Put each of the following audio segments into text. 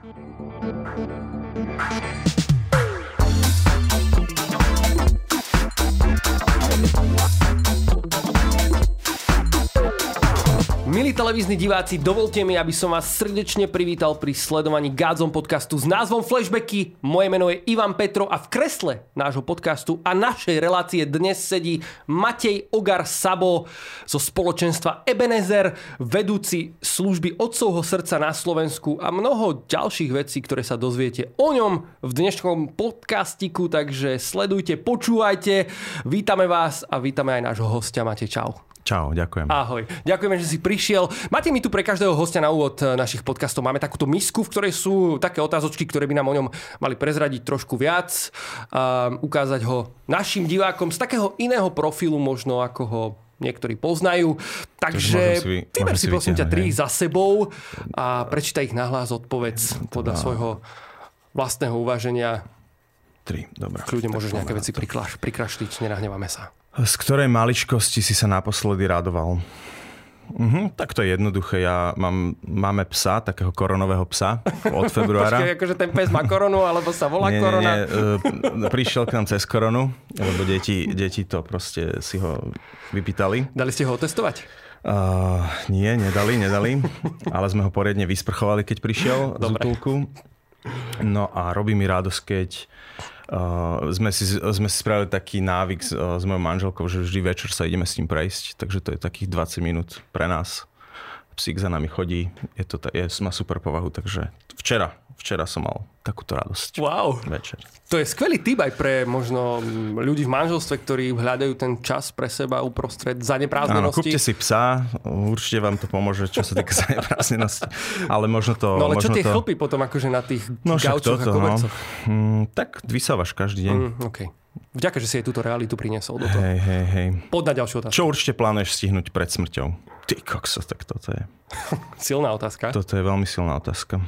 Milí televízni diváci, dovolte mi, aby som vás srdečne privítal pri sledovaní Godzone podcastu s názvom Flashbacky. Moje meno je Ivan Petro a v kresle nášho podcastu a našej relácie dnes sedí Matej Ogar Sabo zo spoločenstva Ebenezer, vedúci služby Otcovho srdca na Slovensku a mnoho ďalších vecí, ktoré sa dozviete o ňom v dnešnom podcastiku, takže sledujte, počúvajte. Vítame vás a vítame aj nášho hostia. Matej, čau. Čau, ďakujem. Ahoj, ďakujeme, že si prišiel. Máte mi tu pre každého hostia na úvod našich podcastov. Máme takúto misku, v ktorej sú také otázočky, ktoré by nám o ňom mali prezradiť trošku viac. Ukázať ho našim divákom z takého iného profilu, možno ako ho niektorí poznajú. Takže vyber si prosím ťa 3 za sebou a prečítaj ich nahlas, odpovedz podľa svojho vlastného uváženia. 3, dobré. Kľudne môžeš nejaké veci prikrašliť, nenahneváme sa. Z ktorej maličkosti si sa naposledy radoval? Tak to je jednoduché. Máme psa, takého koronového psa od februára. Počkej, akože ten pes má koronu, alebo sa volá korona? Nie, prišiel k nám cez koronu, lebo deti to proste si ho vypýtali. Dali ste ho otestovať? Nie, nedali, ale sme ho poriadne vysprchovali, keď prišiel z útulku. No a robí mi radosť, keď sme si spravili taký návyk s mojou manželkou, že vždy večer sa ideme s ním prejsť, takže to je takých 20 minút pre nás. Psík za nami chodí, má super povahu, takže včera som mal takúto radosť. Wow. Večer. To je skvelý tip aj pre možno ľudí v manželstve, ktorí hľadajú ten čas pre seba uprostred zaneprázdnenosti. Áno, kúpte si psa, určite vám to pomôže, čo sa týka zaneprázdnenosti. Ale možno to... No ale čo tie chlpy potom akože na tých gaučoch a kobercoch? Tak vysávaš každý deň. Okay. Vďaka, že si aj túto realitu priniesol do toho. Hej. Poď na ďalšiu otázku. Čo určite plánuješ stihnúť pred smrťou? Ty kokso, tak toto je... Silná otázka. Toto je veľmi silná otázka.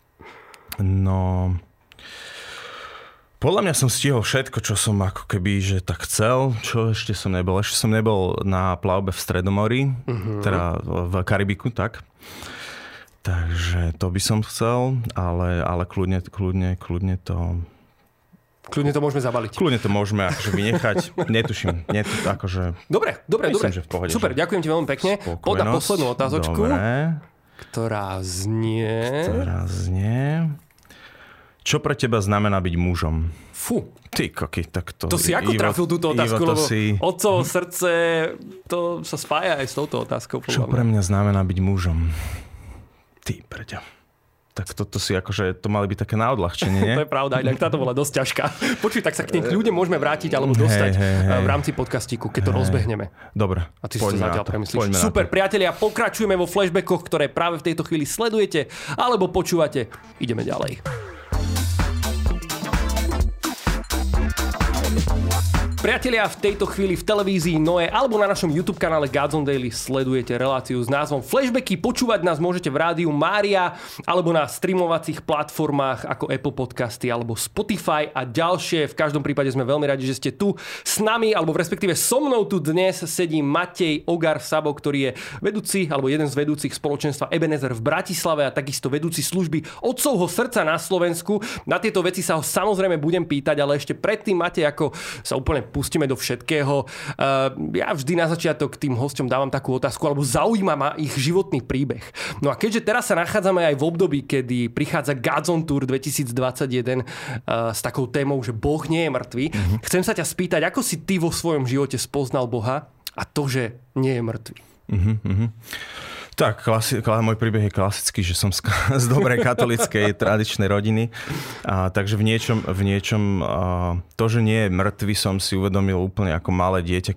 No... Podľa mňa som stihol všetko, čo som ako keby, že tak chcel. Čo ešte som nebol? Ešte som nebol na plavbe v Stredomorí, teda v Karibiku, tak. Takže to by som chcel, ale kľudne to... Kľudne to môžeme zabaliť. Kľudne to môžeme akože vynechať. Netuším. Akože... Dobre. Myslím, že v pohode. Super, ďakujem ti veľmi pekne. Poď na poslednú otázočku. Dobre. Ktorá znie... Čo pre teba znamená byť mužom? Fú. Ty koky, tak to... To si ako trafil túto otázku, lebo Otcovo srdce, to sa spája aj s touto otázkou. Čo pre mňa znamená byť mužom? Ty preďa. Tak toto si akože, to mali byť také na odľahčenie, nie? To je pravda, inak táto bola dosť ťažká. Počuj, tak sa k nej ľuďom môžeme vrátiť alebo dostať v rámci podcastíku, keď to rozbehneme. Dobre. A ty si to zatiaľ premyslíš. Super, priatelia, pokračujeme vo flashbackoch, ktoré práve v tejto chvíli sledujete alebo počúvate. Ideme ďalej. Priatelia, v tejto chvíli v televízii Noe alebo na našom YouTube kanále Godzone Daily sledujete reláciu s názvom Flashbacky. Počúvať nás môžete v rádiu Mária alebo na streamovacích platformách ako Apple Podcasty alebo Spotify a ďalšie. V každom prípade sme veľmi radi, že ste tu s nami, alebo respektíve so mnou tu dnes sedí Matej Ogar Sabo, ktorý je vedúci alebo jeden z vedúcich spoločenstva Ebenezer v Bratislave a takisto vedúci služby Otcovho srdca na Slovensku. Na tieto veci sa ho samozrejme budem pýtať, ale ešte predtým, Matej, ako sa úplne pustíme do všetkého. Ja vždy na začiatok tým hosťom dávam takú otázku, alebo zaujíma ma ich životný príbeh. No a keďže teraz sa nachádzame aj v období, kedy prichádza Godzone Tour 2021 s takou témou, že Boh nie je mŕtvý, chcem sa ťa spýtať, ako si ty vo svojom živote spoznal Boha a to, že nie je mŕtvý? Tak, môj príbeh je klasický, že som z dobrej katolíckej tradičnej rodiny. Takže v niečom to, že nie je mŕtvy, som si uvedomil úplne ako malé dieťa,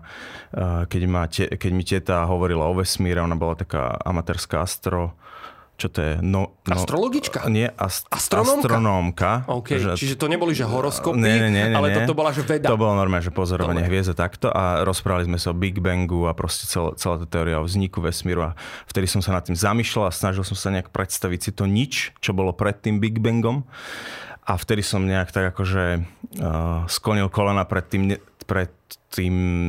keď mi teta hovorila o vesmíre. Ona bola taká amatérska čo to je? Astrologička? Nie, astronómka. Okay. Čiže to neboli, že horoskopy, nie, ale toto bola, že veda. To bolo normálne, že pozorovanie hviezd a takto. A rozprávali sme sa o Big Bangu a proste celá tá teória o vzniku vesmíru. A vtedy som sa nad tým zamýšľal a snažil som sa nejak predstaviť si to nič, čo bolo pred tým Big Bangom. A vtedy som nejak tak akože sklonil kolena pred tým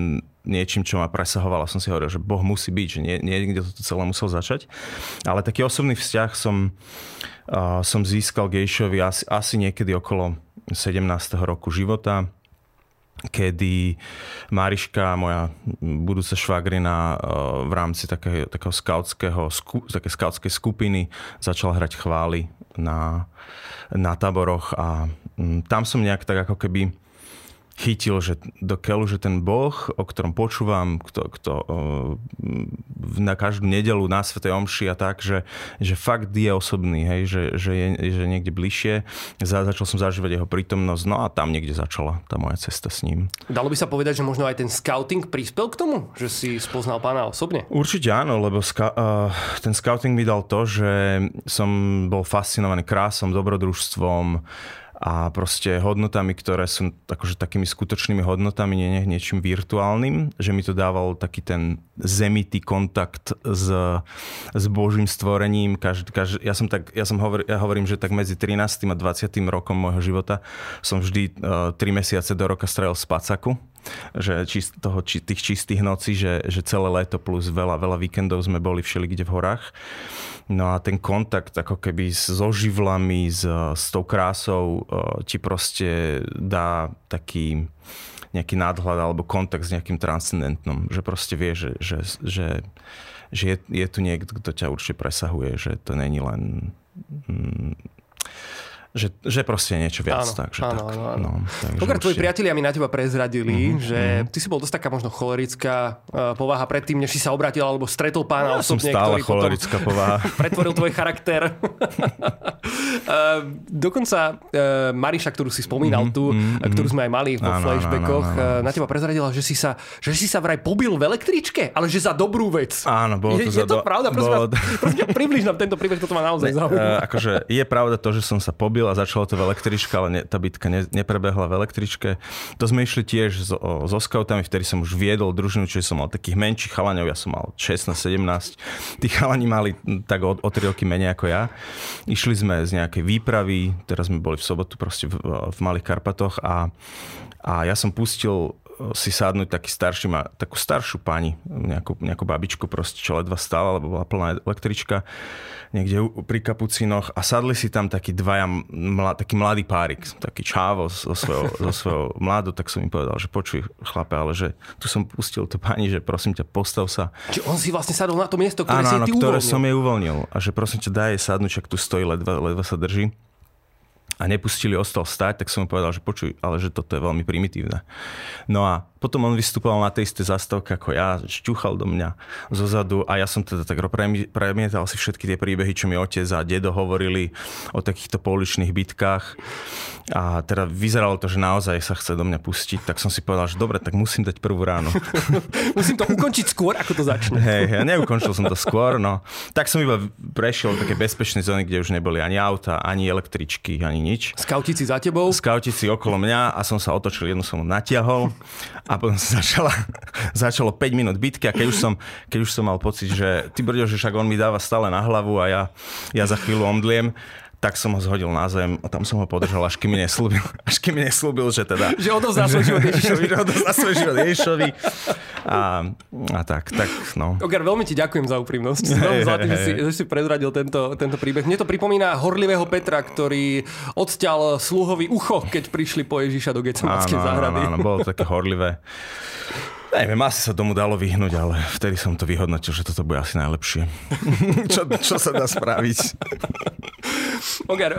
niečím, čo ma presahovalo. Som si hovoril, že Boh musí byť, že niekde to celé musel začať. Ale taký osobný vzťah som získal k Ježišovi asi niekedy okolo 17. roku života, kedy Mariška, moja budúca švagrina, v rámci takej skautskej skupiny začala hrať chvály na táboroch a tam som nejak tak ako keby chytil, že do keľu, že ten Boh, o ktorom počúvam, kto na každú nedeľu na svätej omši a tak, že fakt je osobný, hej, že je niekde bližšie. Začal som zažívať jeho prítomnosť, no a tam niekde začala tá moja cesta s ním. Dalo by sa povedať, že možno aj ten scouting prispel k tomu, že si spoznal Pána osobne? Určite áno, lebo ten scouting mi dal to, že som bol fascinovaný krásom, dobrodružstvom, a proste hodnotami, ktoré sú akože takými skutočnými hodnotami, nie niečím virtuálnym, že mi to dával taký ten zemitý kontakt s Božím stvorením. Ja hovorím, že tak medzi 13. a 20. rokom môjho života som vždy 3 mesiace do roka strávil v Spacaku. Že tých čistých nocí, že celé leto plus veľa víkendov sme boli všelikde v horách. No a ten kontakt ako keby so živlami, s tou krásou ti proste dá taký nejaký nadhľad alebo kontakt s nejakým transcendentnom. Že proste vieš, že je tu niekto, kto ťa určite presahuje, že to není len... Že proste niečo viac. Áno, takže áno, tak. áno. No, Pokiaľ tvoji priatelia mi na teba prezradili, že ty si bol dosť taká možno cholerická povaha predtým, než si sa obrátil alebo stretol Pána osobne, ktorý potom cholerická povaha. pretvoril tvoj charakter. Dokonca Mariša, ktorú si spomínal tu, ktorú sme aj mali vo flashbackoch, na teba prezradila, že si sa vraj pobil v električke, ale že za dobrú vec. Áno, bolo to je to pravda? Prosím, približ nám tento príbeh, toto ma naozaj zaujíma. Akože je pravda to, že som sa pobil a začalo to v električke, ale tá bitka neprebehla v električke. To sme išli tiež so skautami, vtedy som už viedol družinu, čiže som mal takých menších chalaňov, ja som mal 16-17. Tí chalani mali tak o 3 roky menej ako ja. Išli sme z nejakej výpravy, teraz sme boli v sobotu proste v Malých Karpatoch a ja som pustil si sadnúť takú staršiu pani, nejakú babičku proste, čo ledva stála, lebo bola plná električka, niekde pri Kapucínoch a sadli si tam takí taký mladý párik, taký čávo zo svojho mládu, tak som im povedal, že počuj chlape, ale že tu som pustil to pani, že prosím ťa, postav sa. Čiže on si vlastne sadol na to miesto, ktoré si ty uvoľnil. Ktoré som jej uvoľnil a že prosím ťa, daj jej sadnúť, ak tu stojí, ledva sa drží. A nepustili, ostal stať, tak som mu povedal, že počuj, ale že toto je veľmi primitívne. No a potom on vystupoval na tej istej zastávke ako ja, šťuchal do mňa zozadu a ja som teda tak premietal si všetky tie príbehy, čo mi otec a dedo hovorili o takýchto pouličných bitkách. A teda vyzeralo to, že naozaj sa chce do mňa pustiť, tak som si povedal, že dobre, tak musím dať prvú ránu. Musím to ukončiť skôr, ako to začne. Hej, ja neukončil som to skôr, no. Tak som iba prešiel také bezpečné zóny, kde už neboli ani auta, ani električky, ani nič. Skautici za tebou? Skautici okolo mňa a som sa otočil, jednu som natiahol a potom začalo 5 minút bitky a keď už som mal pocit, že ty brďo, že však on mi dáva stále na hlavu a ja za chvíľu omdliem, tak som ho zhodil na zem a tam som ho podržal, až kým mi neslúbil, že teda... Že odovzdá svoj život Ježišovi. Že odovzdá svoj život Ježišovi. A tak, no. Ogar, veľmi ti ďakujem za úprimnosť. Za tým, že si prezradil tento príbeh. Mne to pripomína horlivého Petra, ktorý odstiaľ sluhovi ucho, keď prišli po Ježiša do Getsemanskej záhrady. Áno, bolo také horlivé. Neviem, asi sa tomu dalo vyhnúť, ale vtedy som to vyhodnotil, že toto bude asi najlepšie. Čo sa dá spraviť? Ogar,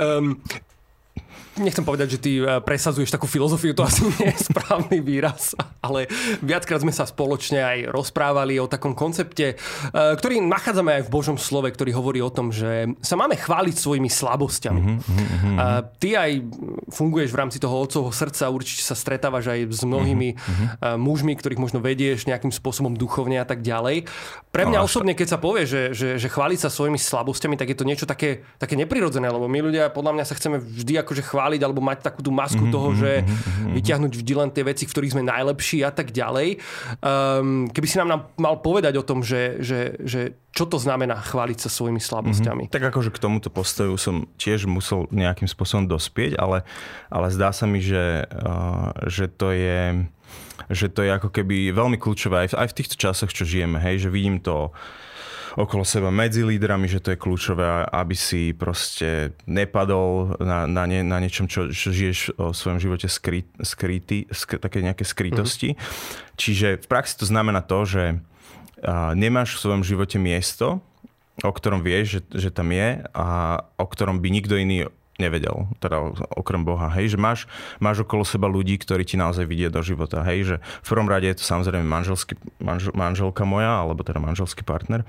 nechcem povedať, že ty presadzuješ takú filozofiu, to asi nie je správny výraz, ale viackrát sme sa spoločne aj rozprávali o takom koncepte, ktorý nachádzame aj v Božom slove, ktorý hovorí o tom, že sa máme chváliť svojimi slabosťami. Ty aj funguješ v rámci toho otcovho srdca, určite sa stretávaš aj s mnohými mužmi, ktorých možno vedieš nejakým spôsobom duchovne a tak ďalej. Pre mňa osobne, keď sa povie, že chváliť sa svojimi slabosťami, tak je to niečo také neprirodzené, lebo my ľudia podľa mňa sa chceme vždy akože chváliť alebo mať takú tú masku toho, že vyťahnuť vždy len tie veci, v ktorých sme najlepší a tak ďalej. Keby si nám mal povedať o tom, že čo to znamená chváliť sa svojimi slabosťami. Tak akože k tomuto postoju som tiež musel nejakým spôsobom dospieť, ale zdá sa mi, že to je že to je ako keby veľmi kľúčové aj v týchto časoch, čo žijeme, hej, že vidím to okolo seba medzi lídrami, že to je kľúčové, aby si proste nepadol na niečom, čo žiješ o svojom živote také nejaké skrytosti. Čiže v praxi to znamená to, že nemáš v svojom živote miesto, o ktorom vieš, že tam je a o ktorom by nikto iný nevedel, teda okrem Boha, hej, že máš okolo seba ľudí, ktorí ti naozaj vidia do života, hej, že v prvom rade je to samozrejme manželka moja, alebo teda manželský partner,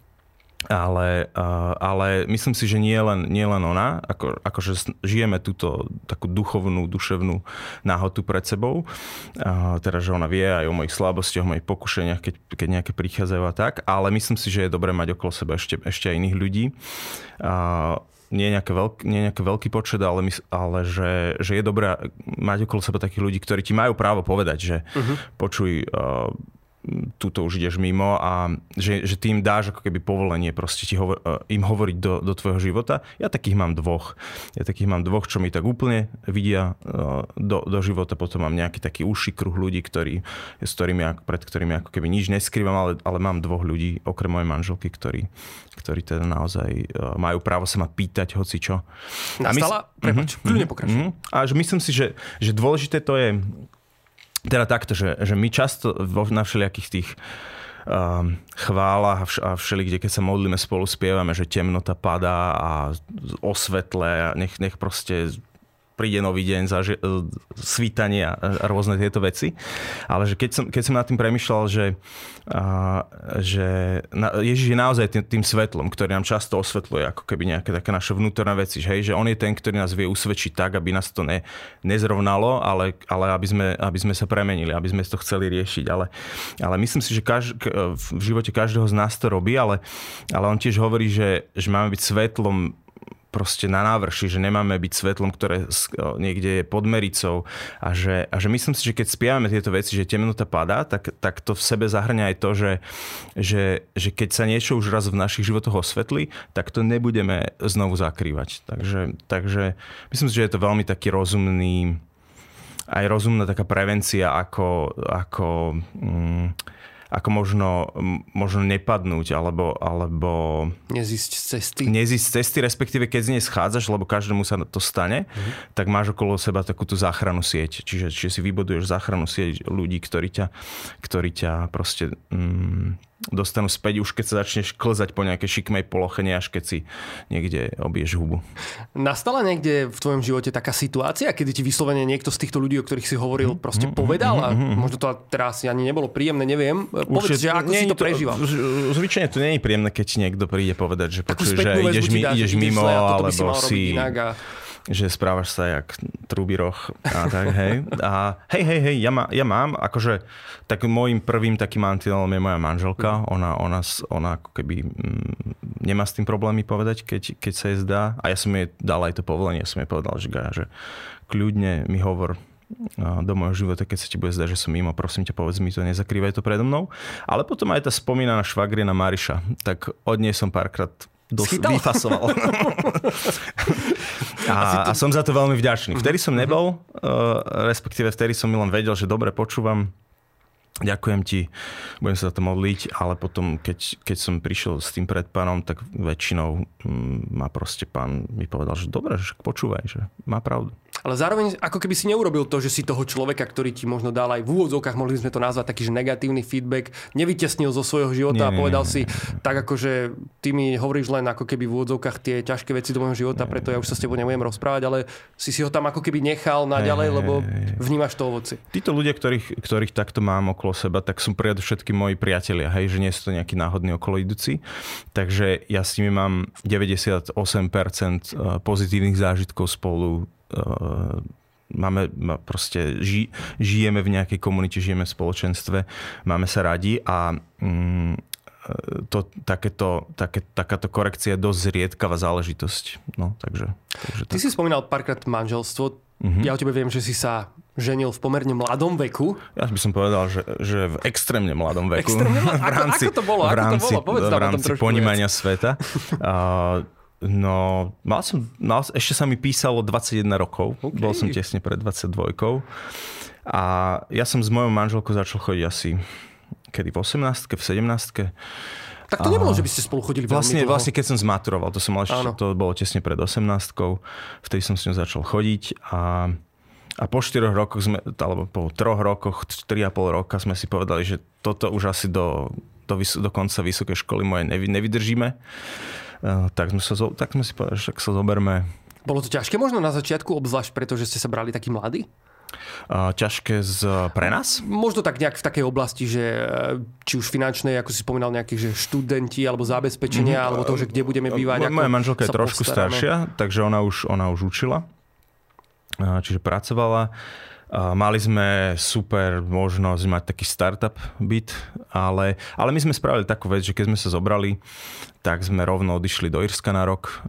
ale myslím si, že nie len ona, akože žijeme túto takú duchovnú, duševnú náhotu pred sebou, teda, že ona vie aj o mojich slabostiach, o mojich pokušeniach, keď nejaké prichádzajú a tak, ale myslím si, že je dobré mať okolo seba ešte aj iných ľudí. Nie je nejaký veľký počet, ale že je dobré mať okolo seba takých ľudí, ktorí ti majú právo povedať, že počuj, túto už ideš mimo a že ty im dáš ako keby povolenie proste im hovoriť do tvojho života. Ja takých mám dvoch, čo mi tak úplne vidia do života. Potom mám nejaký taký užší kruh ľudí, pred ktorými ako keby nič neskrývam, ale mám dvoch ľudí, okrem mojej manželky, ktorí teda naozaj majú právo sa ma pýtať hocičo. Nastala? Prepáč, kľudne pokračuj. A že myslím si, že dôležité to je teda takto, že my často na všelijakých tých chválach a všelikde, keď sa modlíme, spolu spievame, že temnota padá a o svetle a nech proste príde nový deň, svítanie a rôzne tieto veci. Ale že keď som nad tým premýšľal, že Ježiš je naozaj tým svetlom, ktorý nám často osvetľuje ako keby nejaké také naše vnútorné veci. Že on je ten, ktorý nás vie usvedčiť tak, aby nás to nezrovnalo, ale aby sme sa premenili, aby sme to chceli riešiť. Ale myslím si, že v živote každého z nás to robí, ale on tiež hovorí, že máme byť svetlom proste na návrši, že nemáme byť svetlom, ktoré niekde je pod mericou a že myslím si, že keď spievame tieto veci, že temnota padá, tak to v sebe zahrňa aj to, že keď sa niečo už raz v našich životoch osvetlí, tak to nebudeme znovu zakrývať. Takže myslím si, že je to veľmi taký rozumná taká prevencia, ako možno nepadnúť, alebo nezísť z cesty, respektíve keď z nej schádzaš, lebo každému sa to stane, tak máš okolo seba takú tú záchrannú sieť. Čiže si vybuduješ záchrannú sieť ľudí, ktorí ťa proste dostanú späť, už keď sa začneš klzať po nejakej šikmej poloche, až keď si niekde obiješ hubu. Nastala niekde v tvojom živote taká situácia, kedy ti vyslovene niekto z týchto ľudí, o ktorých si hovoril, proste povedal a možno to teraz ani nebolo príjemné, neviem. Povedz, že ako si to prežíval. Zvyčajne to nie je príjemné, keď ti niekto príde povedať, že počuj, že ideš mimo, alebo si že správaš sa jak trúbiroch a tak, hej. A hej, ja mám, akože tak môjim prvým takým mantinelom je moja manželka. Ona ako keby nemá s tým problémy povedať, keď sa jej zdá. A ja som jej dal aj to povolenie, ja som jej povedal, že kľudne mi hovor do môjho života, keď sa ti bude zdať, že som mimo, prosím ťa, povedz mi to, nezakrývaj to predo mnou. Ale potom aj tá spomínaná švagrina Mariša, tak od nej som párkrát vyfasoval. A som za to veľmi vďačný. Vtedy som nebol, respektíve vtedy som len vedel, že dobre počúvam, ďakujem ti, budem sa za to modliť, ale potom, keď som prišiel s tým pred pánom, tak väčšinou ma proste pán mi povedal, že dobre, že počúvaj, že má pravdu. Ale zároveň ako keby si neurobil to, že si toho človeka, ktorý ti možno dal aj v úvodzovkách, mohli sme to nazvať taký, že negatívny feedback, nevytesnil zo svojho života a povedal si tak, akože ty mi hovoríš len ako keby v úvodzovkách tie ťažké veci do môjho života, preto ja už sa s tebou nebudem rozprávať, ale si ho tam ako keby nechal naďalej, lebo vnímaš to ovoci. Títo ľudia, ktorých takto mám okolo seba, tak sú predovšetkým moji priatelia, hej, že nie sú to nejakí náhodní okolo idúci. Takže ja s nimi mám 98% pozitívnych zážitkov spolu. Žijeme v nejakej komunite, žijeme v spoločenstve, máme sa radi a takáto korekcia je dosť zriedkavá záležitosť. No, takže Ty si spomínal párkrát manželstvo. Ja o tebe viem, že si sa ženil v pomerne mladom veku. Ja by som povedal, že v extrémne mladom veku. Ako to bolo? Povedz v rámci ponímania sveta. No, ešte sa mi písalo 21 rokov. Okay. Bol som tesne pred 22. A ja som s mojou manželkou začal chodiť asi kedy v 18-ke, v 17-ke. Tak to nebolo, že by ste spolu chodili veľmi dlho. Vlastne keď som zmaturoval, to bolo tesne pred 18-kou, vtedy som s ňou začal chodiť a po 4 rokoch alebo po 3 rokoch, 3,5 roka sme si povedali, že toto už asi do konca vysokej školy moje nevydržíme. Tak sme si povedali, že sa zoberme. Bolo to ťažké možno na začiatku, obzvlášť pretože ste sa brali takí mladí? Ťažké pre nás? Možno tak nejak v takej oblasti, že či už finančnej, ako si spomínal, nejakých že študenti alebo zabezpečenia, alebo to, že kde budeme bývať. Moja manželka je trošku staršia, takže ona už učila. Čiže pracovala. Mali sme super možnosť mať taký startup byt, ale my sme spravili takú vec, že keď sme sa zobrali, tak sme rovno odišli do Írska na rok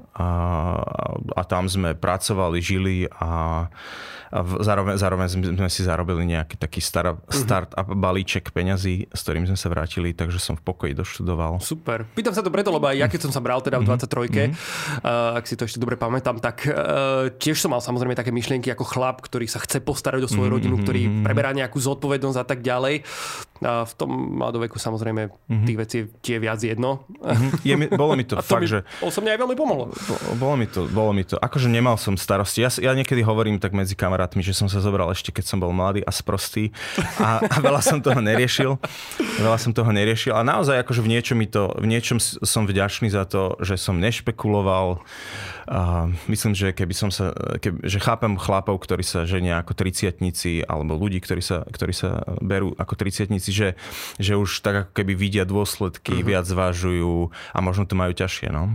a tam sme pracovali, žili a zároveň sme si zarobili nejaký taký start-up balíček peňazí, s ktorým sme sa vrátili, takže som v pokoji doštudoval. Super. Pýtam sa to preto, lebo aj ja keď som sa bral teda v 23, ak si to ešte dobre pamätám, tak tiež som mal samozrejme také myšlienky ako chlap, ktorý sa chce postarať o svoju rodinu, ktorý preberá nejakú zodpovednosť a tak ďalej. A v tom mladoveku samozrejme tých vecí je viac jedno. Bolo mi to fakt, že... Osobne aj veľmi pomohlo. Bolo mi to. Akože nemal som starosti. Ja niekedy hovorím tak medzi kamarátmi, že som sa zobral ešte, keď som bol mladý a sprostý a veľa som toho neriešil. A naozaj akože v niečom som vďačný za to, že som nešpekuloval. Myslím, že že chápem chlapov, ktorí sa ženia ako 30-tníci alebo ľudí, ktorí sa berú ako 30-tníci, že už tak ako keby vidia dôsledky, viac zvažujú a možno to majú ťažšie, no.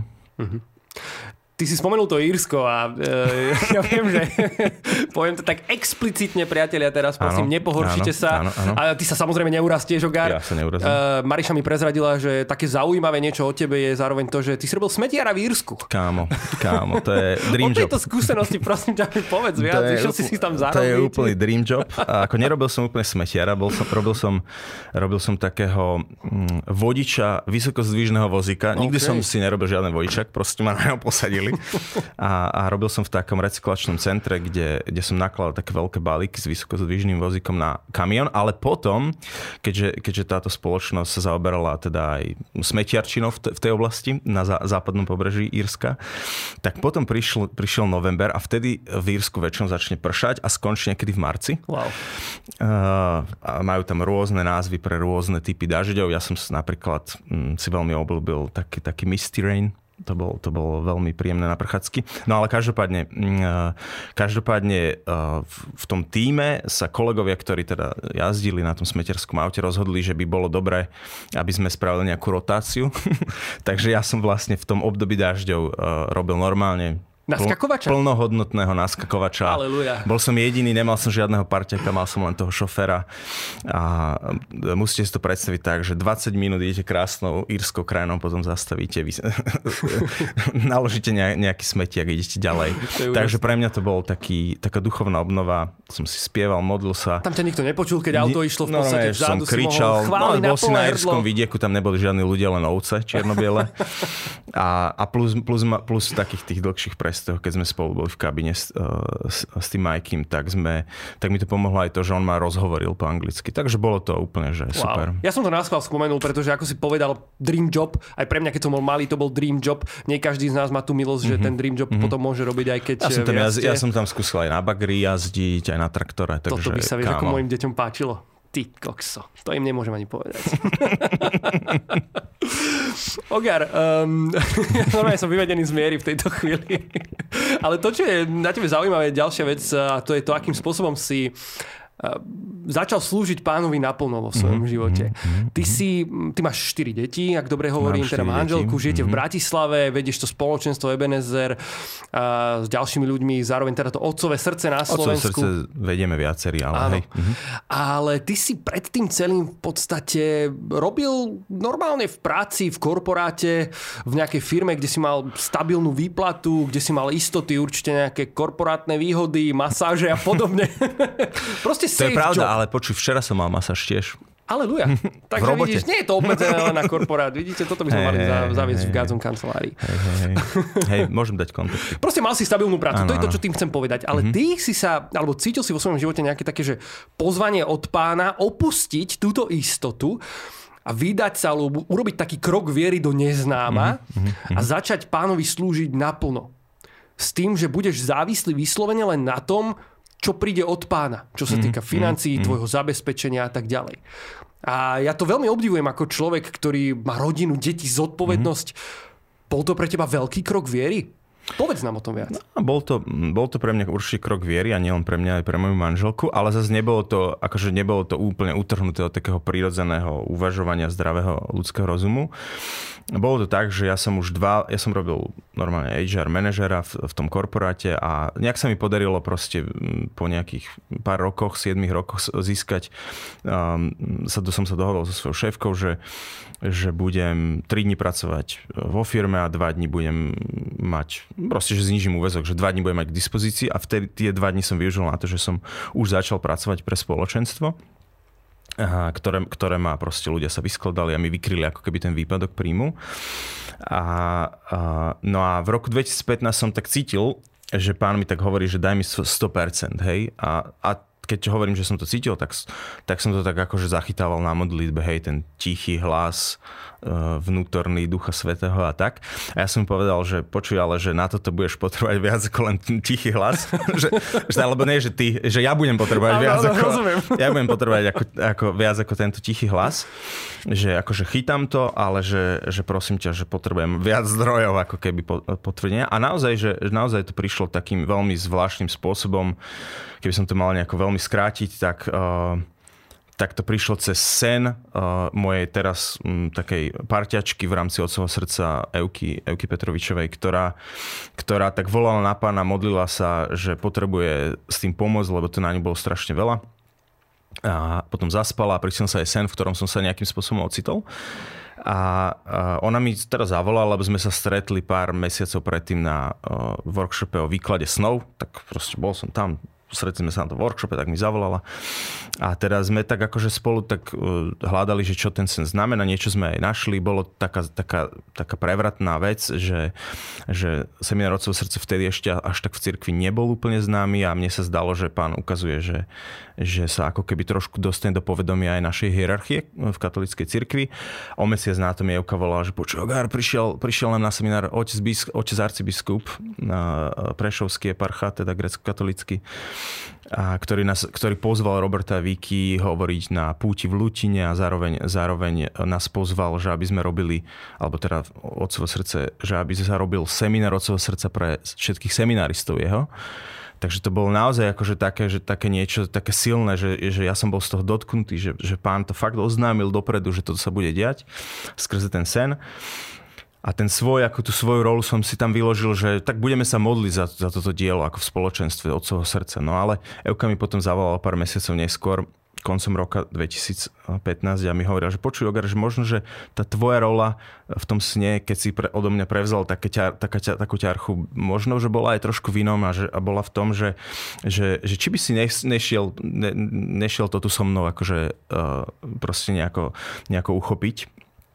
Ty si spomenul to Írsko a ja viem, že poviem to tak explicitne, priatelia, teraz prosím, nepohoršite sa. Áno. A ty sa samozrejme neurastieš, Ogar. Ja sa neurazím. Mariša mi prezradila, že také zaujímavé niečo o tebe je zároveň to, že ty si robil smetiara v Írsku. Kámo, to je dream job. O tejto skúsenosti prosím ťa mi povedz viac, išiel si tam zarobiť. To je úplný dream job. A ako nerobil som úplne smetiara, robil som takého vodiča vysokozdvižného vozíka. Nikdy som si nerobil žiaden vodičak, proste ma na ňom posadili. A robil som v takom recyklačnom centre, kde som nakladal také veľké balíky s vysokozdvižným vozíkom na kamión, ale potom, keďže táto spoločnosť sa zaoberala teda aj smetiarčinou v tej oblasti, na západnom pobreží Írska, tak potom prišiel november a vtedy v Írsku väčšinou začne pršať a skončí niekedy v marci. Wow. A majú tam rôzne názvy pre rôzne typy dažďov. Ja som napríklad si veľmi obľúbil taký misty rain. To bolo veľmi príjemné na prchádzky. No ale každopádne v tom tíme sa kolegovia, ktorí teda jazdili na tom smetiarskom aute, rozhodli, že by bolo dobré, aby sme spravili nejakú rotáciu. Takže ja som vlastne v tom období dažďov robil normálne naskakovača? Plnohodnotného naskakovača. Aleluja. Bol som jediný, nemal som žiadneho parťaka, mal som len toho šoféra. A musíte si to predstaviť tak, že 20 minút idete krásnou írskou krajinou, potom zastavíte, naložíte nejaký smetiak a idete ďalej. Takže pre mňa to bol taká duchovná obnova. Som si spieval, modlil sa. Tam ťa nikto nepočul, keď auto išlo v podstate vzadu, som kričal, si mohol chváliť na bol si na írskom vidieku, tam neboli žiadni ľudia, len ovce čierno-biele. A plus takých tých dlhších keď sme spolu boli v kabine s tým Majkým, tak mi to pomohlo aj to, že on ma rozhovoril po anglicky. Takže bolo to úplne, že super. Ja som to naschvál spomenul, pretože ako si povedal, dream job, aj pre mňa, keď som bol malý, to bol dream job. Nie každý z nás má tú milosť, že ten dream job potom môže robiť, aj keď ja som tam skúsil aj na bagri jazdiť, aj na traktore. Toto by sa vieš, ako mojim deťom páčilo. Ty kokso, to im nemôžem ani povedať. Ogar, normálne som vyvedený z miery v tejto chvíli. Ale to, čo je na tebe zaujímavé, ďalšia vec, a to je to, akým spôsobom si začal slúžiť Pánovi naplno vo svojom živote. Ty máš 4 deti, ak dobre hovorím, teda manželku, žijete v Bratislave, vedieš to spoločenstvo Ebenezer s ďalšími ľuďmi, zároveň teda to Otcové srdce na Slovensku. Otcové srdce vedieme viacerí, ale hej. Ale ty si pred tým celým v podstate robil normálne v práci, v korporáte, v nejakej firme, kde si mal stabilnú výplatu, kde si mal istoty, určite nejaké korporátne výhody, masáže a podobne. Proste to je pravda, ale počuj, včera som mal masáž tiež. Aleluja. Takže vidíš, nie je to obmedzené len na korporát. Vidíte, toto by sme mali zaviesť v Godzone kancelárii. Hej, môžem dať kontakty. Proste mal si stabilnú prácu. To je to, čo tým chcem povedať. Ale ty si sa, alebo cítil si vo svojom živote nejaké také, že pozvanie od Pána opustiť túto istotu a vydať sa, alebo urobiť taký krok viery do neznáma a začať Pánovi slúžiť naplno. S tým, že budeš závislý vyslovene len na tom, čo príde od Pána, čo sa týka financií, tvojho zabezpečenia a tak ďalej. A ja to veľmi obdivujem ako človek, ktorý má rodinu, deti, zodpovednosť. Bol to pre teba veľký krok viery? Povedz nám o tom viac. No, bol to pre mňa určite krok viery a nielen pre mňa, aj pre moju manželku, ale zase nebolo to úplne utrhnuté od takého prirodzeného uvažovania zdravého ľudského rozumu. Bolo to tak, že ja som robil normálne HR manažera v tom korporáte a nejak sa mi podarilo proste po nejakých pár rokoch, 7 rokoch získať, som sa dohodol so svojou šéfkou, že budem 3 dní pracovať vo firme a 2 dní budem mať, proste, že znížim úväzok, že 2 dní budem mať k dispozícii a vtedy tie 2 dní som využil na to, že som už začal pracovať pre spoločenstvo, ktoré má proste ľudia sa vyskladali a mi vykryli ako keby ten výpadok príjmu. No a v roku 2015 som tak cítil, že Pán mi tak hovorí, že daj mi 100%, hej, a keď hovorím, že som to cítil, tak som to tak akože zachytával na modlitbe, hej, ten tichý hlas vnútorný Ducha Svätého a tak. A ja som povedal, že počuj, ale že na toto budeš potrebovať viac ako len ten tichý hlas. Alebo nie, že ty, že ja budem potrebovať viac ako... Ja budem potrebovať viac ako tento tichý hlas. Že akože chytám to, ale že prosím ťa, že potrebujem viac zdrojov ako keby potvrdenia. A naozaj to prišlo takým veľmi zvláštnym spôsobom. Keby som to mal nejako veľmi skrátiť, tak to prišlo cez sen mojej teraz takej parťačky v rámci Otcovho srdca Evky Petrovičovej, ktorá tak volala na Pána, modlila sa, že potrebuje s tým pomôcť, lebo to na ňu bolo strašne veľa. A potom zaspala a prišiel sa aj sen, v ktorom som sa nejakým spôsobom ocitol. A ona mi teraz zavolala, lebo sme sa stretli pár mesiacov predtým na workshope o výklade snov. Tak proste bol som tam, stretli sme sa na to workshope, tak mi zavolala. A teraz sme tak akože spolu tak hľadali, že čo ten sen znamená. Niečo sme aj našli. Bolo taká prevratná vec, že seminár Otcovo srdce vtedy ešte až tak v cirkvi nebol úplne známy a mne sa zdalo, že Pán ukazuje, že sa ako keby trošku dostane do povedomia aj našej hierarchie v katolíckej cirkvi. O mesiac na to mi Evka volala, že Ogar, prišiel nám na seminár otec arcibiskup Prešovský eparcha, teda grécko-katolícky, ktorý pozval Roberta Vicky hovoriť na púti v Lutine a zároveň nás pozval, že aby sme robili, alebo teda Otcovo srdce, že aby sa robil seminár Otcovo srdca pre všetkých semináristov jeho. Takže to bolo naozaj akože také niečo, také silné, že ja som bol z toho dotknutý, že Pán to fakt oznámil dopredu, že toto sa bude diať skrze ten sen. A tú svoju rolu som si tam vyložil, že tak budeme sa modliť za toto dielo ako v spoločenstve Otcovho srdca. No ale Evka mi potom zavolala pár mesiacov neskôr, koncom roka 2015 a mi hovorila, že počuj, Ogar, že možno, že tá tvoja rola v tom sne, keď si odo mňa prevzal takú ťarchu, možno, že bola aj trošku v inom a bola v tom, že či by si nešiel to tu so mnou akože proste nejako uchopiť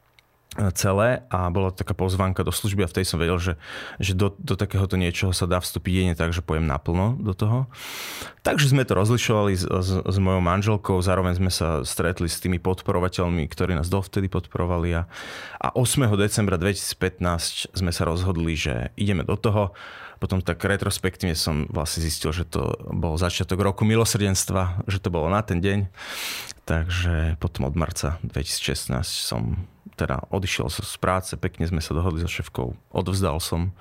celé a bola taká pozvánka do služby a vtedy som vedel, že do takéhoto niečoho sa dá vstúpiť jedine tak, že pojem naplno do toho. Takže sme to rozlišovali s mojou manželkou, zároveň sme sa stretli s tými podporovateľmi, ktorí nás dovtedy podporovali a 8. decembra 2015 sme sa rozhodli, že ideme do toho. Potom tak retrospektívne som vlastne zistil, že to bol začiatok roku milosrdenstva, že to bolo na ten deň. Takže potom od marca 2016 som teda odišiel z práce, pekne sme sa dohodli so šéfkou, odovzdal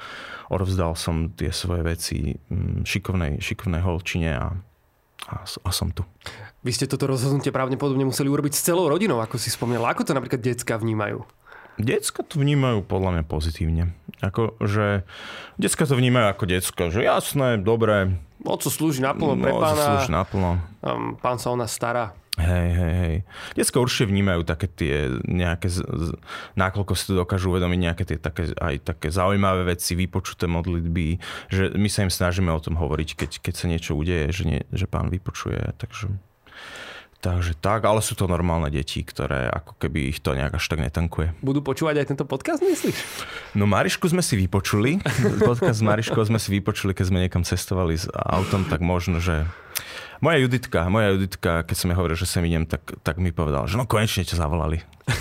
som tie svoje veci šikovnej holčine a som tu. Vy ste toto rozhodnutie pravdepodobne museli urobiť s celou rodinou, ako si spomínal. Ako to napríklad decká vnímajú? Decka to vnímajú podľa mňa pozitívne. Akože decka to vnímajú ako decka, že jasné, dobré. Oco slúži naplno pre Pána. Pán sa o nás stará. Hej. Decka určite vnímajú také tie nejaké, nakoľko si to dokážu uvedomiť, nejaké tie také zaujímavé veci, vypočuté modlitby, že my sa im snažíme o tom hovoriť, keď sa niečo udeje, že Pán vypočuje. Takže tak, ale sú to normálne deti, ktoré ako keby ich to nejak až tak netankuje. Budú počúvať aj tento podcast, myslíš? No Marišku sme si vypočuli. Podcast s Mariškou sme si vypočuli, keď sme niekam cestovali s autom, tak možno, že... Moja Juditka, keď som jej hovoril, že sem idem, tak mi povedal, že no konečne ťa zavolali.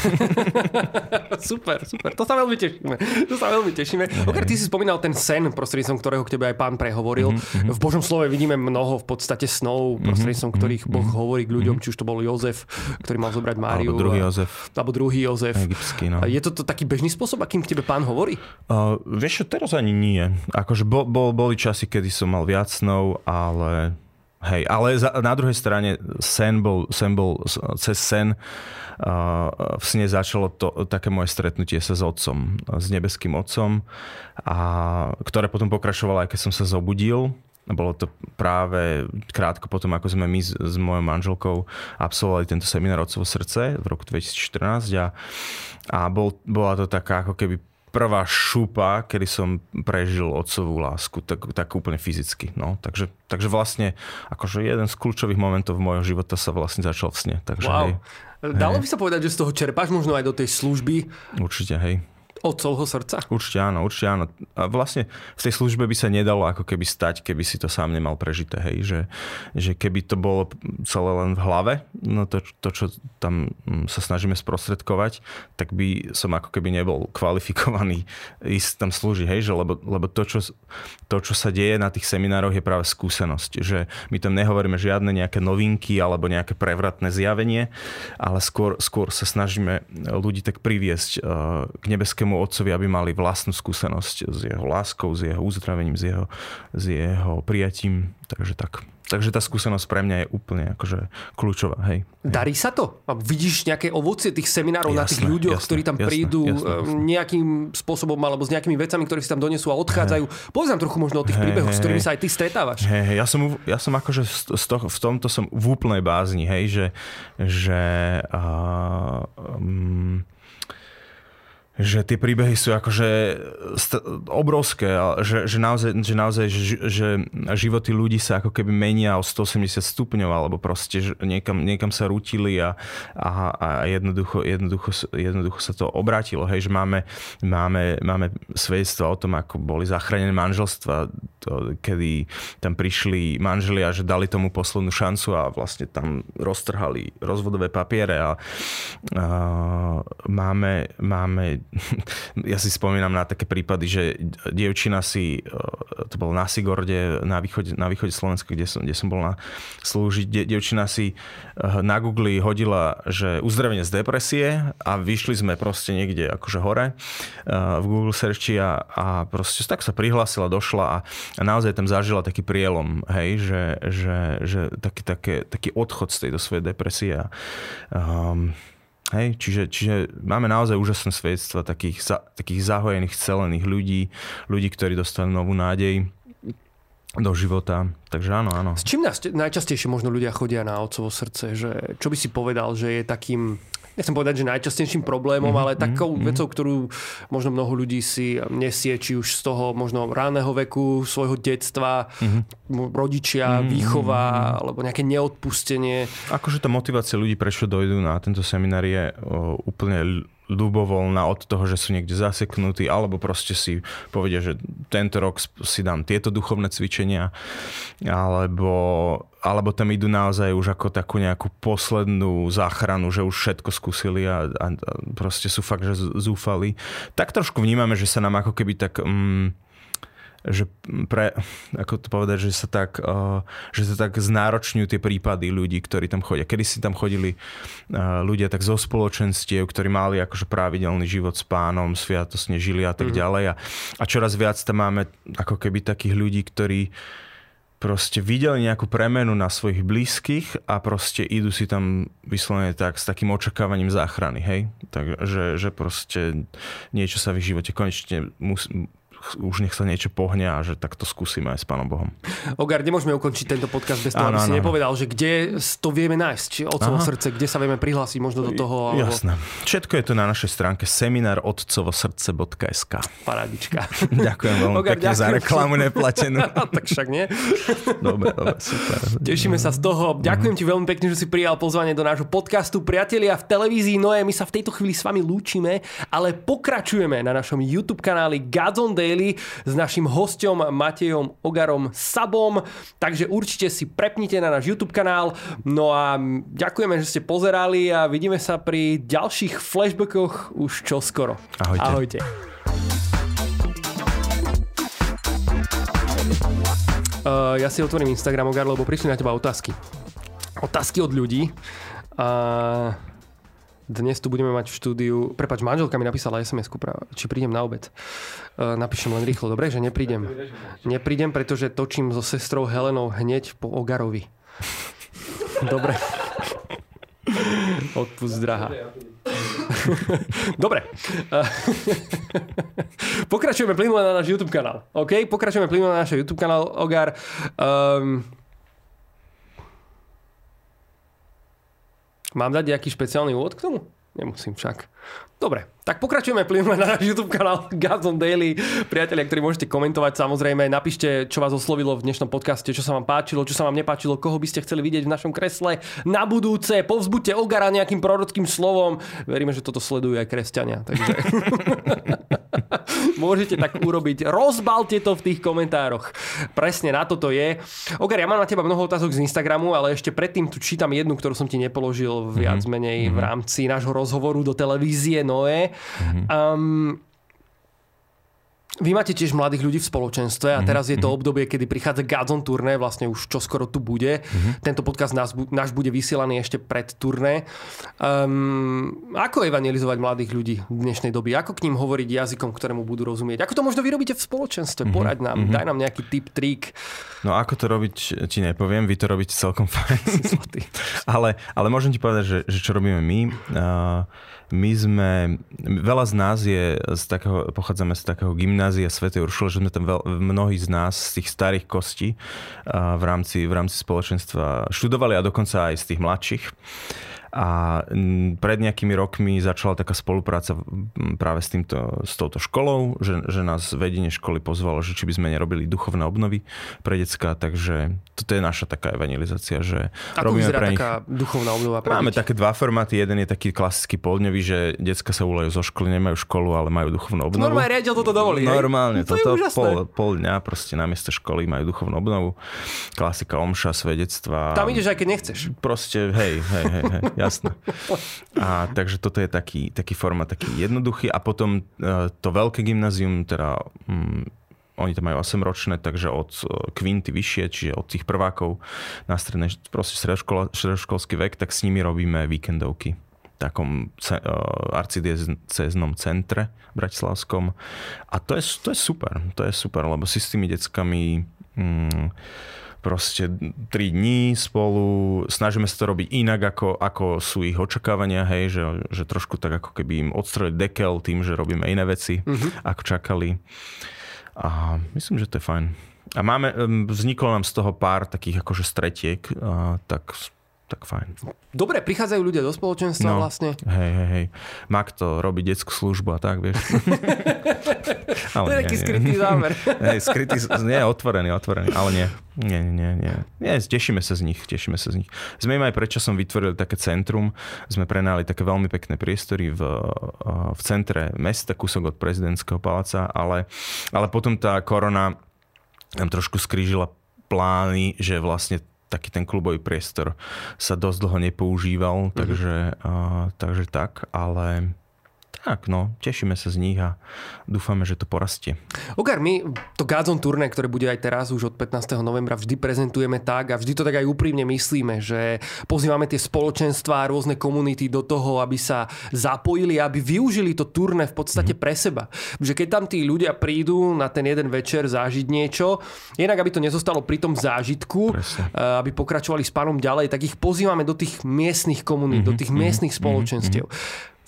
Super. To sa veľmi tešíme. Okrem, ty si spomínal ten sen, prostredníctvom ktorého k tebe aj pán prehovoril. V Božom slove vidíme mnoho v podstate snov, prostredníctvom ktorých Boh hovorí k ľuďom, či už to bol Jozef, ktorý mal zobrať Máriu. Alebo druhý Jozef. Egyptský, no. Je to taký bežný spôsob, akým k tebe pán hovorí? Vieš čo, teraz ani nie. Akože boli časy, kedy som mal viac snov, ale... Hej, ale na druhej strane sen bol cez sen. V sne začalo také moje stretnutie sa s otcom, s nebeským otcom, ktoré potom pokračovalo, aj keď som sa zobudil. Bolo to práve krátko potom, ako sme my s mojou manželkou absolvovali tento seminár Otcovo srdce v roku 2014 a bola to taká ako keby prvá šupa, kedy som prežil otcovú lásku, tak úplne fyzicky. No. Takže vlastne akože jeden z kľúčových momentov môjho života sa vlastne začal v sne. Takže, wow. Dalo by sa povedať, že z toho čerpáš možno aj do tej služby? Určite, hej. Otcovho srdca? Určite áno. A vlastne v tej službe by sa nedalo ako keby stať, keby si to sám nemal prežité. Hej. Že keby to bolo celé len v hlave, no to, čo tam sa snažíme sprostredkovať, tak by som ako keby nebol kvalifikovaný ísť tam slúžiť. Hej. Lebo to, čo sa deje na tých seminároch, je práve skúsenosť. Že my tam nehovoríme žiadne nejaké novinky alebo nejaké prevratné zjavenie, ale skôr sa snažíme ľudí tak priviesť k nebeskému otcovi, aby mali vlastnú skúsenosť s jeho láskou, s jeho uzdravením, s jeho prijatím. Takže tá skúsenosť pre mňa je úplne akože kľúčová. Hej. Darí sa to? A vidíš nejaké ovocie tých seminárov na tých ľuďoch, ktorí tam prídu nejakým spôsobom alebo s nejakými vecami, ktoré si tam donesú a odchádzajú? Povedz nám trochu možno o tých príbehoch, s ktorými sa aj ty stretávaš. Ja som akože v tomto som v úplnej bázni, hej, že tie príbehy sú akože obrovské, že naozaj životy ľudí sa ako keby menia o 180 stupňov, alebo proste že niekam sa rútili a jednoducho sa to obrátilo. Hej, že máme svedectva o tom, ako boli zachránené manželstva, kedy tam prišli manželia, že dali tomu poslednú šancu a vlastne tam roztrhali rozvodové papiere a máme ja si spomínam na také prípady, že dievčina to bolo na Sigorde, na východe Slovenska, kde som bol slúžiť, dievčina si na Google hodila, že uzdravenie z depresie a vyšli sme proste niekde akože hore v Google searchi a proste tak sa prihlásila, došla a naozaj tam zažila taký prielom, hej, že taký odchod z tejto svojej depresie. Hej, čiže máme naozaj úžasné svedectva takých zahojených, scelených ľudí, ktorí dostali novú nádej do života. Takže áno. S čím najčastejšie možno ľudia chodia na Otcovo srdce? Že, čo by si povedal, že je takým, nechcem povedať, že najčastejším problémom, ale takou vecou, ktorú možno mnoho ľudí si nesie, či už z toho možno ranného veku, svojho detstva, rodičia, výchova, alebo nejaké neodpustenie. Akože tá motivácia ľudí, prečo dojdú na tento seminár, je úplne ľubovoľná od toho, že sú niekde zaseknutí, alebo proste si povedia, že tento rok si dám tieto duchovné cvičenia, alebo tam idú naozaj už ako takú nejakú poslednú záchranu, že už všetko skúsili a proste sú fakt, že zúfali. Tak trošku vnímame, že sa nám ako keby tak... ako to povedať, že sa tak znáročňujú tie prípady ľudí, ktorí tam chodia. Kedy si tam chodili ľudia tak zo spoločenstiev, ktorí mali akože pravidelný život s pánom, sviatostne žili a tak ďalej. A čoraz viac tam máme ako keby takých ľudí, ktorí proste videli nejakú premenu na svojich blízkych a proste idú si tam vyslovene tak s takým očakávaním záchrany, hej? Takže že proste niečo sa v živote konečne už nech sa niečo pohne a že takto skúsime aj s Pánom Bohom. Ogar, nemôžeme ukončiť tento podcast bez toho, aby si nepovedal, že kde to vieme nájsť, či Otcovo srdce, kde sa vieme prihlásiť možno do toho. Jasné. Všetko je to na našej stránke seminárotcovosrdce.sk. Parádička. Ďakujem veľmi pekne za reklamu neplatenú. Tak však nie. Dobre, super. Tešíme sa z toho. Ďakujem ti veľmi pekne, že si prijal pozvanie do nášho podcastu. Priatelia, v televízii Noé, my sa v tejto chvíli s vami lúčime, ale pokračujeme na našom YouTube kanáli Gods on Daily s našim hosťom Matejom Ogarom Sabom. Takže určite si prepnite na náš YouTube kanál. No a ďakujeme, že ste pozerali a vidíme sa pri ďalších flashbackoch už čoskoro. Ahojte. Ahojte. Ja si otvorím Instagram, Ogar, lebo prišli na teba otázky. Otázky od ľudí. Dnes tu budeme mať v štúdiu... Prepáč, manželka mi napísala SMS-ku, či prídem na obed. Napíšem len rýchlo, dobre, že neprídem. Neprídem, pretože točím so sestrou Helenou hneď po Ogarovi. Dobre. Odpust, drahá. Dobre. Pokračujeme plynulo na náš YouTube kanál. OK? Pokračujeme plynulo na náš YouTube kanál, Ogar. Mám dať nejaký špeciálny úvod k tomu? Nemusím však. Dobre, tak pokračujeme plynule na náš YouTube kanál Gods on Daily. Priatelia, ktorí môžete komentovať, samozrejme, napíšte, čo vás oslovilo v dnešnom podcaste, čo sa vám páčilo, čo sa vám nepáčilo, koho by ste chceli vidieť v našom kresle na budúce. Povzbuďte Ogara nejakým prorockým slovom. Veríme, že toto sledujú aj kresťania. Takže môžete tak urobiť. Rozbalte to v tých komentároch. Presne na toto je. Ogar, ja mám na teba mnoho otázok z Instagramu, ale ešte predtým tu čítam jednu, ktorú som ti nepoložil viac menej v rámci nášho rozhovoru do televízie Noé. Vy máte tiež mladých ľudí v spoločenstve a teraz je to obdobie, kedy prichádza Gods on turné, vlastne už čoskoro tu bude. Tento podcast náš bude vysielaný ešte pred turné. Ako evangelizovať mladých ľudí v dnešnej dobe? Ako k ním hovoriť jazykom, ktorému budú rozumieť? Ako to možno vy robíte v spoločenstve? Poraď nám, daj nám nejaký tip, trik. No ako to robiť, ti nepoviem, vy to robíte celkom fajn. ale môžem ti povedať, že čo robíme my. Veľa z nás pochádzame z takého gymnázia Svätej Uršule, že sme tam mnohí z nás z tých starých kostí v rámci spoločenstva študovali a dokonca aj z tých mladších. A pred nejakými rokmi začala taká spolupráca práve s touto školou, že nás vedenie školy pozvalo, že či by sme nerobili duchovné obnovy pre decká, takže toto je naša taká evangelizácia, že ako robíme pre nich. Taká duchovná obnova pre Máme také dva formáty, jeden je taký klasický poldňový, že decká sa volajú zo školy, nemajú školu, ale majú duchovnú obnovu. Normálne riaditeľ toto dovolí. Normálne, toto pol dňa proste namiesto školy majú duchovnú obnovu. Klasika, omša, svedectva. Tam ideš aj keď nechceš. Proste, hej. Jasné. A takže toto je taký formát, taký jednoduchý. A potom to veľké gymnázium, teda oni tam majú 8-ročné, takže od kvinty vyššie, čiže od tých prvákov na strednej, proste stredoškolský vek, tak s nimi robíme víkendovky v takom arcidiecéznom centre bratislavskom. A to je super. To je super, lebo si s tými deckami proste 3 dní spolu, snažíme sa to robiť inak, ako sú ich očakávania, hej, že trošku tak ako keby im odstrojili dekel tým, že robíme iné veci, ako čakali. A myslím, že to je fajn. A vzniklo nám z toho pár takých akože stretiek, tak fajn. Dobre, prichádzajú ľudia do spoločenstva vlastne. Hej. Má kto robiť detskú službu a tak, vieš. Ale to je taký skrytý zámer. Hej, skrytý, nie, otvorený, ale nie. Nie, tešíme sa z nich. Sme im aj predčasom vytvorili také centrum, sme prenajali také veľmi pekné priestory v centre mesta, kúsok od prezidentského paláca, ale potom tá korona nám trošku skrížila plány, že vlastne taký ten klubový priestor sa dosť dlho nepoužíval, takže tak, ale tak, tešíme sa z nich a dúfame, že to porastie. Ogar, my to Gods on turné, ktoré bude aj teraz už od 15. novembra, vždy prezentujeme tak a vždy to tak aj úprimne myslíme, že pozývame tie spoločenstvá a rôzne komunity do toho, aby sa zapojili, aby využili to turné v podstate pre seba. Že keď tam tí ľudia prídu na ten jeden večer zážiť niečo, jednak aby to nezostalo pri tom zážitku, aby pokračovali s pánom ďalej, tak ich pozývame do tých miestnych komunít, do tých miestnych spoločenstiev.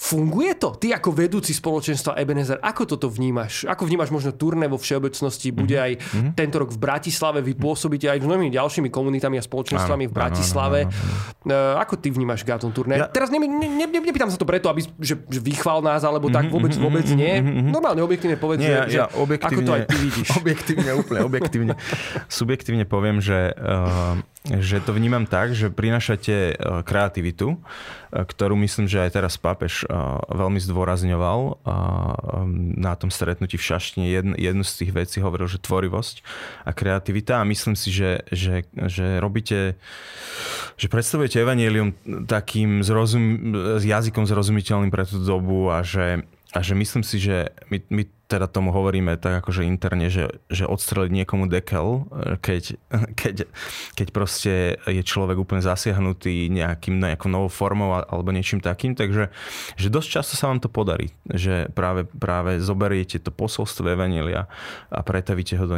Funguje to? Ty ako vedúci spoločenstva Ebenezer, ako toto vnímaš? Ako vnímaš možno turné vo všeobecnosti? Bude aj tento rok v Bratislave, vy pôsobíte aj s mnohými ďalšími komunitami a spoločenstvami v Bratislave. Ako ty vnímaš Gádzon turné? Teraz nepýtam sa to preto, aby že vychvál nás, alebo tak vôbec nie. Normálne objektívne povedz, že ako to aj ty vidíš. Úplne objektívne. Subjektívne poviem, že to vnímam tak, že prinášate kreativitu, ktorú myslím, že aj teraz pápež veľmi zdôrazňoval na tom stretnutí v Šaštine. Jednu z tých vecí hovoril, že tvorivosť a kreativita, a myslím si, že robíte, že predstavujete evanjelium takým jazykom zrozumiteľným pre tú dobu a že myslím si, že my teda tomu hovoríme tak akože interne, že odstreliť niekomu dekel, keď proste je človek úplne zasiahnutý nejakou novou formou alebo niečím takým. Takže že dosť často sa vám to podarí, že práve zoberiete to posolstvo evanjelia a pretavíte ho do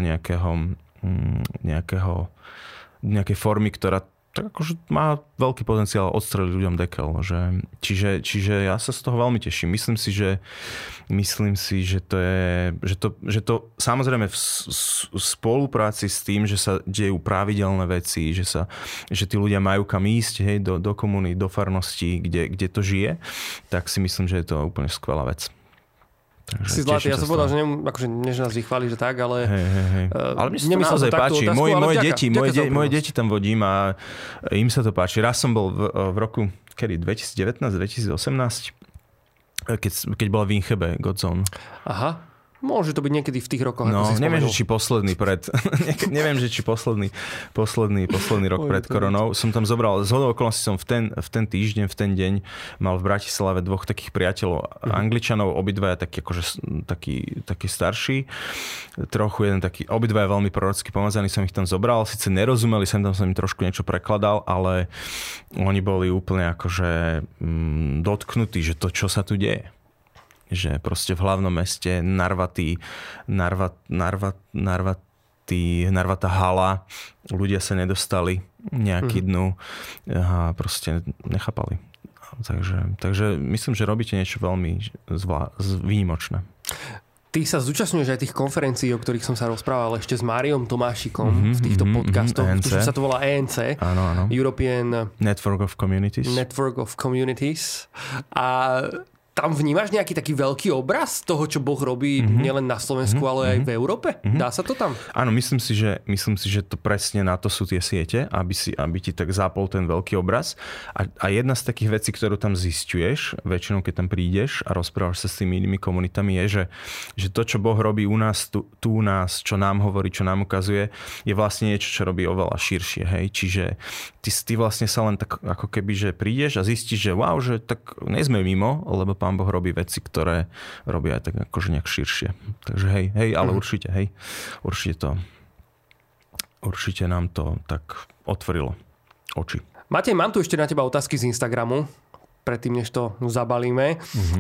nejakej formy, ktorá tak akože má veľký potenciál odstreliť ľuďom dekel. Čiže ja sa z toho veľmi teším. Myslím si, že to samozrejme v spolupráci s tým, že sa dejú pravidelné veci, že tí ľudia majú kam ísť, hej, do komunít, do farností, kde to žije, tak si myslím, že je to úplne skvelá vec. Takže si zlatý, ja som povedal, že než nás vychváli, že tak, ale... Hej. Ale mne sa to naozaj páči. Moje deti tam vodím a im sa to páči. Raz som bol v roku, kedy? 2019, 2018, keď bola v Inchebe Godzone. Aha. Môže to byť niekedy v tých rokoch, no, ako si spomenul. Neviem, že či posledný rok pred koronou. Som tam zobral, zhodou okolností som v ten týždeň, v ten deň mal v Bratislave dvoch takých priateľov Angličanov, obidvaja takí starší, trochu jeden taký, obidvaja veľmi prorocky pomazaní, som ich tam zobral, síce nerozumeli, som im trošku niečo prekladal, ale oni boli úplne akože dotknutí, že to, čo sa tu deje. Že proste v hlavnom meste narvatá hala, ľudia sa nedostali nejaký dnu a proste nechápali. Takže myslím, že robíte niečo veľmi výnimočné. Ty sa zúčastňuješ aj tých konferencií, o ktorých som sa rozprával ešte s Máriom Tomášikom v týchto podcastoch. Tuším, sa to volá ENC. Áno. European Network of Communities. A tam vnímaš nejaký taký veľký obraz toho, čo Boh robí nielen na Slovensku, ale aj v Európe? Dá sa to tam? Áno, myslím si, že to presne na to sú tie siete, aby ti tak zapol ten veľký obraz. A jedna z takých vecí, ktorú tam zisťuješ, väčšinou keď tam prídeš a rozprávaš sa s tými inými komunitami, je, že to, čo Boh robí u nás, tu u nás, čo nám hovorí, čo nám ukazuje, je vlastne niečo, čo robí oveľa širšie. Hej? Čiže ty vlastne sa len tak ako keby, že prídeš a zistíš, že wow, že tak nie sme mimo, lebo Pán Boh robí veci, ktoré robia aj tak akože nejak širšie. Takže hej, ale určite nám to tak otvorilo oči. Matej, mám tu ešte na teba otázky z Instagramu, predtým, než to zabalíme.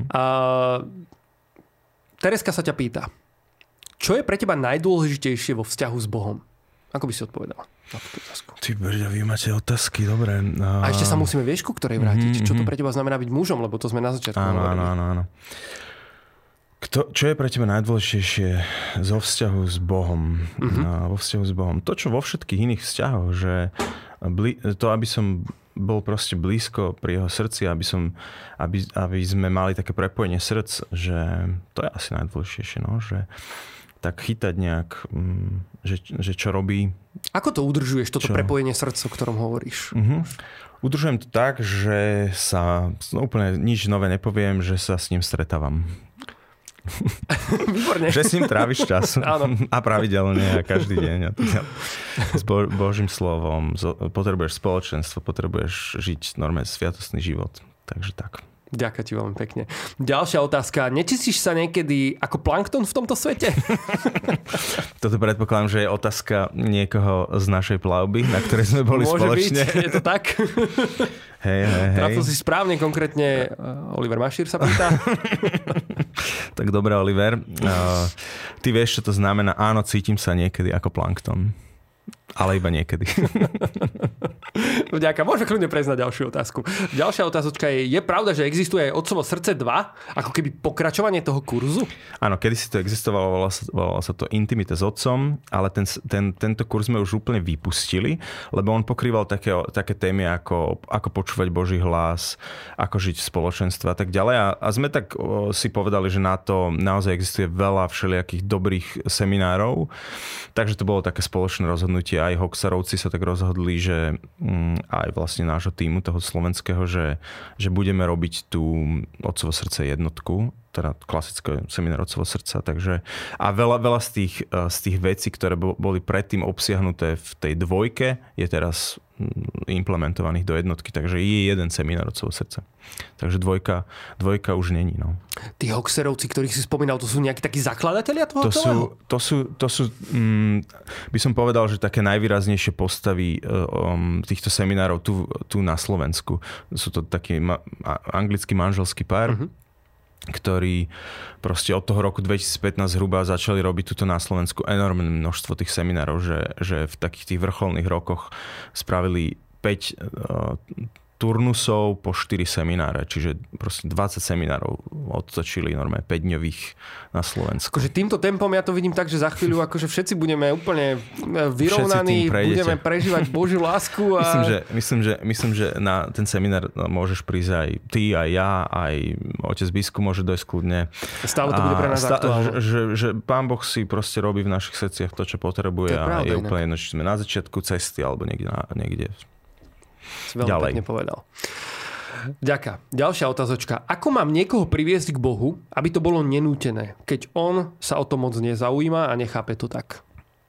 Tereska sa ťa pýta, čo je pre teba najdôležitejšie vo vzťahu s Bohom? Ako by si odpovedala na túto otázku? Ty brďa, vy máte otázky, dobre. A ešte sa musíme ku ktorej vrátiť. Čo to pre teba znamená byť mužom, lebo to sme na začiatku hovorili. Áno. Čo je pre teba najdôležitejšie zo vzťahu s Bohom? Vo vzťahu s Bohom. To, čo vo všetkých iných vzťahoch, že to, aby som bol proste blízko pri jeho srdci, aby sme mali také prepojenie srdc, že to je asi najdôležitejšie, no, že tak chytať nejak, že čo robí. Ako to udržuješ, toto prepojenie srdca, o ktorom hovoríš? Udržujem to tak, že sa úplne nič nové nepoviem, že sa s ním stretávam. Výborne. Že s ním tráviš čas. A pravidelne a každý deň. S Božím slovom. Potrebuješ spoločenstvo, potrebuješ žiť normálne sviatostný život. Takže tak. Ďakujem ti veľmi pekne. Ďalšia otázka. Nečistíš sa niekedy ako plankton v tomto svete? Toto predpokladám, že je otázka niekoho z našej plavby, na ktorej sme boli spoločne. Môže byť, je to tak? Hej. Trafil si správne, konkrétne Oliver Mašír sa pýta. Tak dobre, Oliver. Ty vieš, čo to znamená? Áno, cítim sa niekedy ako plankton. Ale iba niekedy. Ďakujem. Môžeme kľudne prejsť na ďalšiu otázku. Ďalšia otázočka je pravda, že existuje aj Otcovo srdce 2? Ako keby pokračovanie toho kurzu? Áno, kedysi to existovalo, volalo sa to Intimita s otcom, ale tento kurz sme už úplne vypustili, lebo on pokrýval také témy ako počúvať Boží hlas, ako žiť v spoločenstve a tak ďalej. A sme tak si povedali, že na to naozaj existuje veľa všelijakých dobrých seminárov. Takže to bolo také spoločné rozhodnutie. Aj Hoxarovci sa tak rozhodli, že aj vlastne nášho týmu, toho slovenského, že budeme robiť tú Otcovo srdce jednotku, teda klasické seminár Otcovo srdca. Takže, a veľa z tých vecí, ktoré boli predtým obsiahnuté v tej dvojke, je teraz implementovaných do jednotky. Takže je jeden seminár Otcovo srdca. Takže dvojka už není. No. Tí Hoxerovci, ktorých si spomínal, to sú nejakí takí zakladatelia toho celého? To sú by som povedal, že také najvýraznejšie postavy týchto seminárov tu na Slovensku. Sú to taký anglický manželský pár, ktorí proste od toho roku 2015 zhruba začali robiť tuto na Slovensku enormné množstvo tých seminárov, že v takých tých vrcholných rokoch spravili 5 turnusov po 4 semináre, čiže proste 20 seminárov odtočili normálne 5-dňových na Slovensku. Akože týmto tempom ja to vidím tak, že za chvíľu akože všetci budeme úplne vyrovnaní, budeme prežívať Božiu lásku. A... Myslím, že na ten seminár môžeš prísť aj ty, aj ja, aj otec biskup môže dojsť kľudne. Stále to bude pre nás aktuálne. Že Pán Boh si proste robí v našich srdciach to, čo potrebuje a je úplne jedno, či sme na začiatku cesty alebo niekde veľmi ďalej. Pekne povedal. Ďaká. Ďalšia otázočka. Ako mám niekoho priviesť k Bohu, aby to bolo nenútené, keď on sa o to moc nezaujíma a nechápe to tak?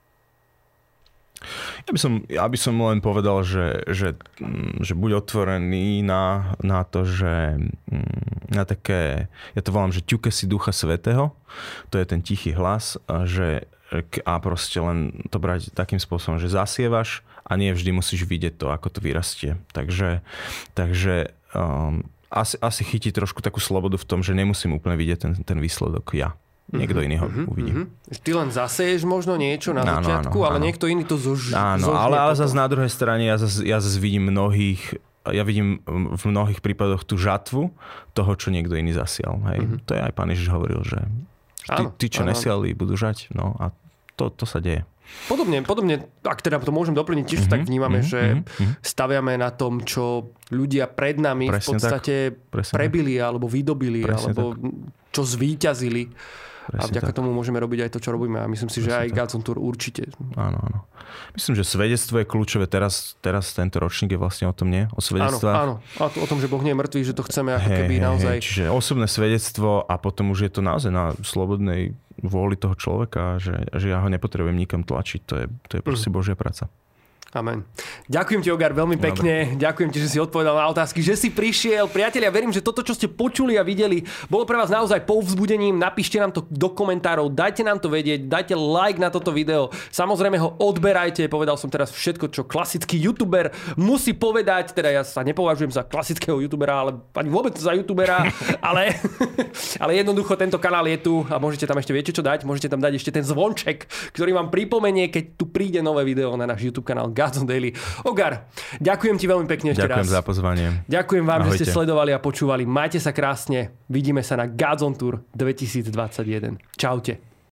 Ja by som len povedal, že buď otvorený na to, že na také, ja to volám, že ťuke si Ducha Svätého, to je ten tichý hlas, a proste len to brať takým spôsobom, že zasievaš a nie vždy musíš vidieť to, ako to vyrastie. Takže asi chytí trošku takú slobodu v tom, že nemusím úplne vidieť ten výsledok ja. Niekto iný ho uvidí. Ty len zaseješ možno niečo na začiatku, ale niekto iný to zožne. Áno, ale zase na druhej strane ja zase vidím v mnohých prípadoch tú žatvu toho, čo niekto iný zasial. Hej. To je aj Pán Ježiš hovoril, že tí čo nesiali, budú žať. No a to sa deje. Podobne, ak teda to môžem doplniť, tiež tak vnímame, že staviame na tom, čo ľudia pred nami v podstate prebili alebo vydobili, alebo čo zvíťazili. A vďaka tomu môžeme robiť aj to, čo robíme. A myslím si, že aj Gods on Tour určite. Áno. Myslím, že svedectvo je kľúčové. Teraz tento ročník je vlastne o tom, nie? O svedectvách. Áno. A o tom, že Boh nie je mŕtvý, že to chceme ako keby naozaj... Čiže osobné svedectvo a potom už je to naozaj na slobodnej vôli toho človeka, že ja ho nepotrebujem nikam tlačiť. To je proste Božia práca. Amen. Ďakujem ti, Ogar, veľmi pekne. Dobre. Ďakujem ti, že si odpovedal na otázky, že si prišiel. Priatelia, verím, že toto, čo ste počuli a videli, bolo pre vás naozaj povzbudením. Napíšte nám to do komentárov, dajte nám to vedieť, dajte like na toto video. Samozrejme ho odberajte. Povedal som teraz všetko, čo klasický youtuber musí povedať. Teda ja sa nepovažujem za klasického youtubera, ale ani vôbec za youtubera, ale jednoducho tento kanál je tu a môžete tam ešte, viete čo dať? Môžete tam dať ešte ten zvonček, ktorý vám pripomenie, keď tu príde nové video na náš YouTube kanál Gods on Daily. Ogar, ďakujem ti veľmi pekne ešte raz. Ďakujem za pozvanie. Ďakujem vám, Ahojte. Že ste sledovali a počúvali. Majte sa krásne. Vidíme sa na Gods on Tour 2021. Čaute.